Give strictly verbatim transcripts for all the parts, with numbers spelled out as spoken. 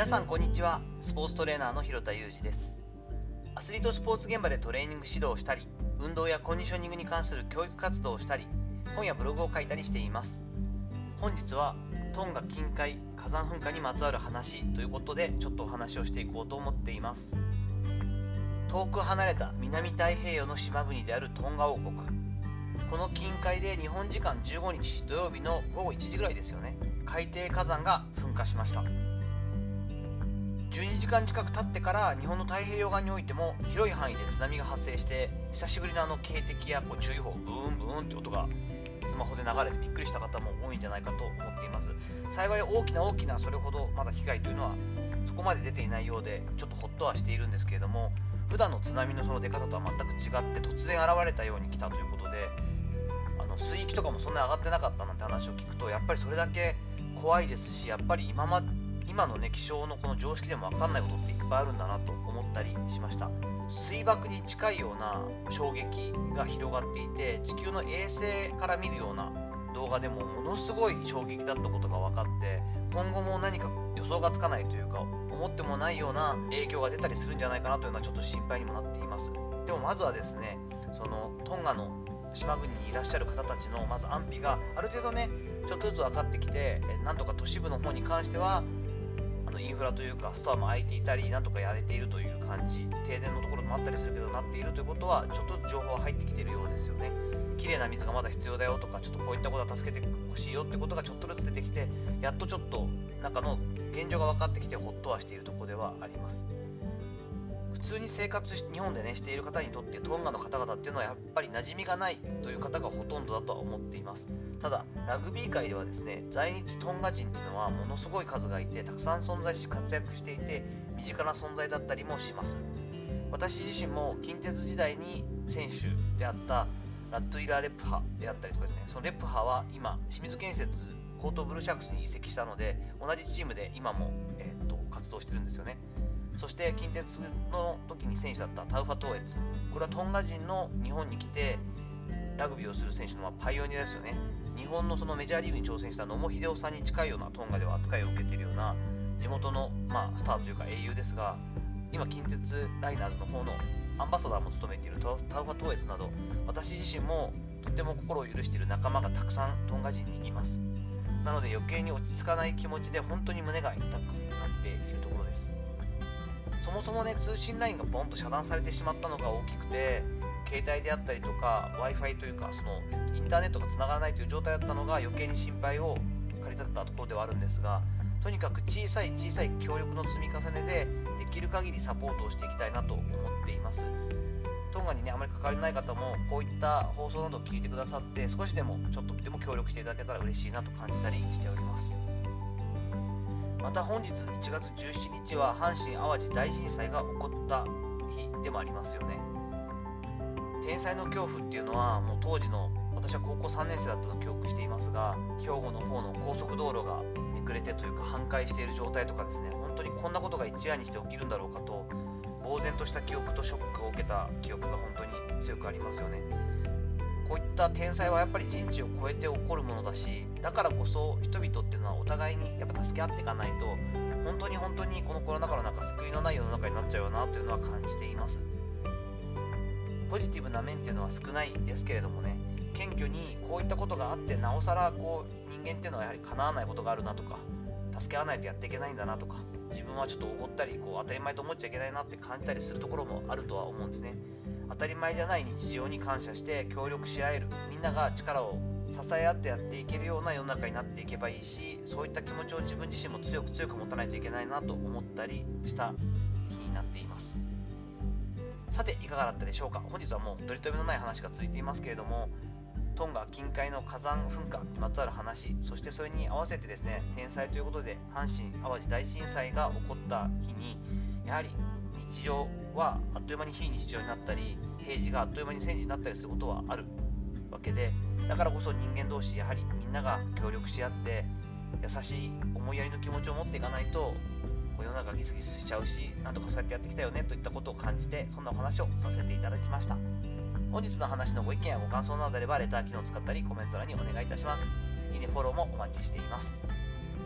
皆さんこんにちは。スポーツトレーナーの広田裕二です。アスリートスポーツ現場でトレーニング指導をしたり、運動やコンディショニングに関する教育活動をしたり、本やブログを書いたりしています。本日はトンガ近海火山噴火にまつわる話ということで、ちょっとお話をしていこうと思っています。遠く離れた南太平洋の島国であるトンガ王国、この近海で日本時間じゅうごにち土曜日のごごいちじぐらいですよね、海底火山が噴火しました。じゅうにじかん近く経ってから日本の太平洋側においても広い範囲で津波が発生して、久しぶりのあの警笛やこう注意報ブーンブーンって音がスマホで流れてびっくりした方も多いんじゃないかと思っています。幸い大きな大きなそれほどまだ被害というのはそこまで出ていないようで、ちょっとほっとはしているんですけれども、普段の津波のその出方とは全く違って突然現れたように来たということで、あの水域とかもそんなに上がってなかったなんて話を聞くと、やっぱりそれだけ怖いですし、やっぱり今ま今のね気象のこの常識でも分かんないことっていっぱいあるんだなと思ったりしました。水爆に近いような衝撃が広がっていて、地球の衛星から見るような動画でもものすごい衝撃だったことが分かって、今後も何か予想がつかないというか、思ってもないような影響が出たりするんじゃないかなというのはちょっと心配にもなっています。でもまずはですね、そのトンガの島国にいらっしゃる方たちのまず安否がある程度ねちょっとずつ分かってきて、なんとか都市部の方に関してはあのインフラというかストアも開いていたり、なんとかやれているという感じ、停電のところもあったりするけどなっているということは、ちょっと情報が入ってきているようですよね。綺麗な水がまだ必要だよとか、ちょっとこういったことは助けてほしいよってことがちょっとずつ出てきて、やっとちょっと中の現状が分かってきてほっとはしているところではあります。普通に生活し日本でねしている方にとってトンガの方々っていうのはやっぱり馴染みがないという方がほとんどだとは思っています。ただラグビー界ではですね、在日トンガ人っていうのはものすごい数がいて、たくさん存在し活躍していて、身近な存在だったりもします。私自身も近鉄時代に選手であったラットイラー・レプハであったりとかですね、そのレプハは今清水建設コートブルーシャークスに移籍したので、同じチームで今も、えー、と活動してるんですよね。そして近鉄の時に選手だったタウファ・トーエツ、これはトンガ人の日本に来てラグビーをする選手のパイオニアですよね。日本のそのメジャーリーグに挑戦した野茂英雄さんに近いようなトンガでは扱いを受けているような地元の、まあ、スターというか英雄ですが、今近鉄ライナーズの方のアンバサダーも務めているタウファ・トーエツなど、私自身もとても心を許している仲間がたくさんトンガ人にいます。なので余計に落ち着かない気持ちで本当に胸が痛くなっているところです。そもそもね通信ラインがボンと遮断されてしまったのが大きくて、携帯であったりとか Wi-Fi というかそのインターネットがつながらないという状態だったのが余計に心配を駆り立てたところではあるんですが、とにかく小さい小さい協力の積み重ねでできる限りサポートをしていきたいなと思っています。トンガにねあまり関わりない方もこういった放送などを聞いてくださって、少しでもちょっとでも協力していただけたら嬉しいなと感じたりしております。また本日いちがつじゅうしちにちは阪神・淡路大震災が起こった日でもありますよね。天災の恐怖っていうのはもう当時の私は高校さんねん生だったと記憶していますが、兵庫の方の高速道路がめくれてというか半壊している状態とかですね、本当にこんなことが一夜にして起きるんだろうかと呆然とした記憶とショックを受けた記憶が本当に強くありますよね。こういった天災はやっぱり人知を超えて起こるものだし、だからこそ人々っていうのはお互いにやっぱ助け合っていかないと、本当に本当にこのコロナ禍の中救いのない世の中になっちゃうよなというのは感じています。ポジティブな面っていうのは少ないですけれどもね、謙虚にこういったことがあってなおさらこう人間っていうのはやはり叶わないことがあるなとか、助け合わないとやっていけないんだなとか、自分はちょっとおごったりこう当たり前と思っちゃいけないなって感じたりするところもあるとは思うんですね。当たり前じゃない日常に感謝して協力し合える、みんなが力を支え合ってやっていけるような世の中になっていけばいいし、そういった気持ちを自分自身も強く強く持たないといけないなと思ったりした日になっています。さていかがだったでしょうか。本日はもう取り留めのない話が続いていますけれども、トンガ近海の火山噴火にまつわる話、そしてそれに合わせてですね、天災ということで阪神・淡路大震災が起こった日に、やはり日常はあっという間に非日常になったり、平時があっという間に戦時になったりすることはあるわけで、だからこそ人間同士やはりみんなが協力し合って優しい思いやりの気持ちを持っていかないと、こう世の中ギスギスしちゃうし、なんとかそうやってやってきたよねといったことを感じて、そんなお話をさせていただきました。本日の話のご意見やご感想などであればレター機能を使ったりコメント欄にお願いいたします。いいねフォローもお待ちしています。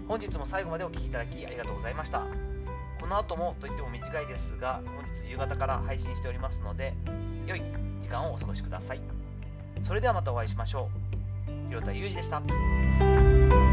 本日も最後までお聞きいただきありがとうございました。この後もといっても短いですが、本日夕方から配信しておりますので、良い時間をお過ごしください。それではまたお会いしましょう。広田裕二でした。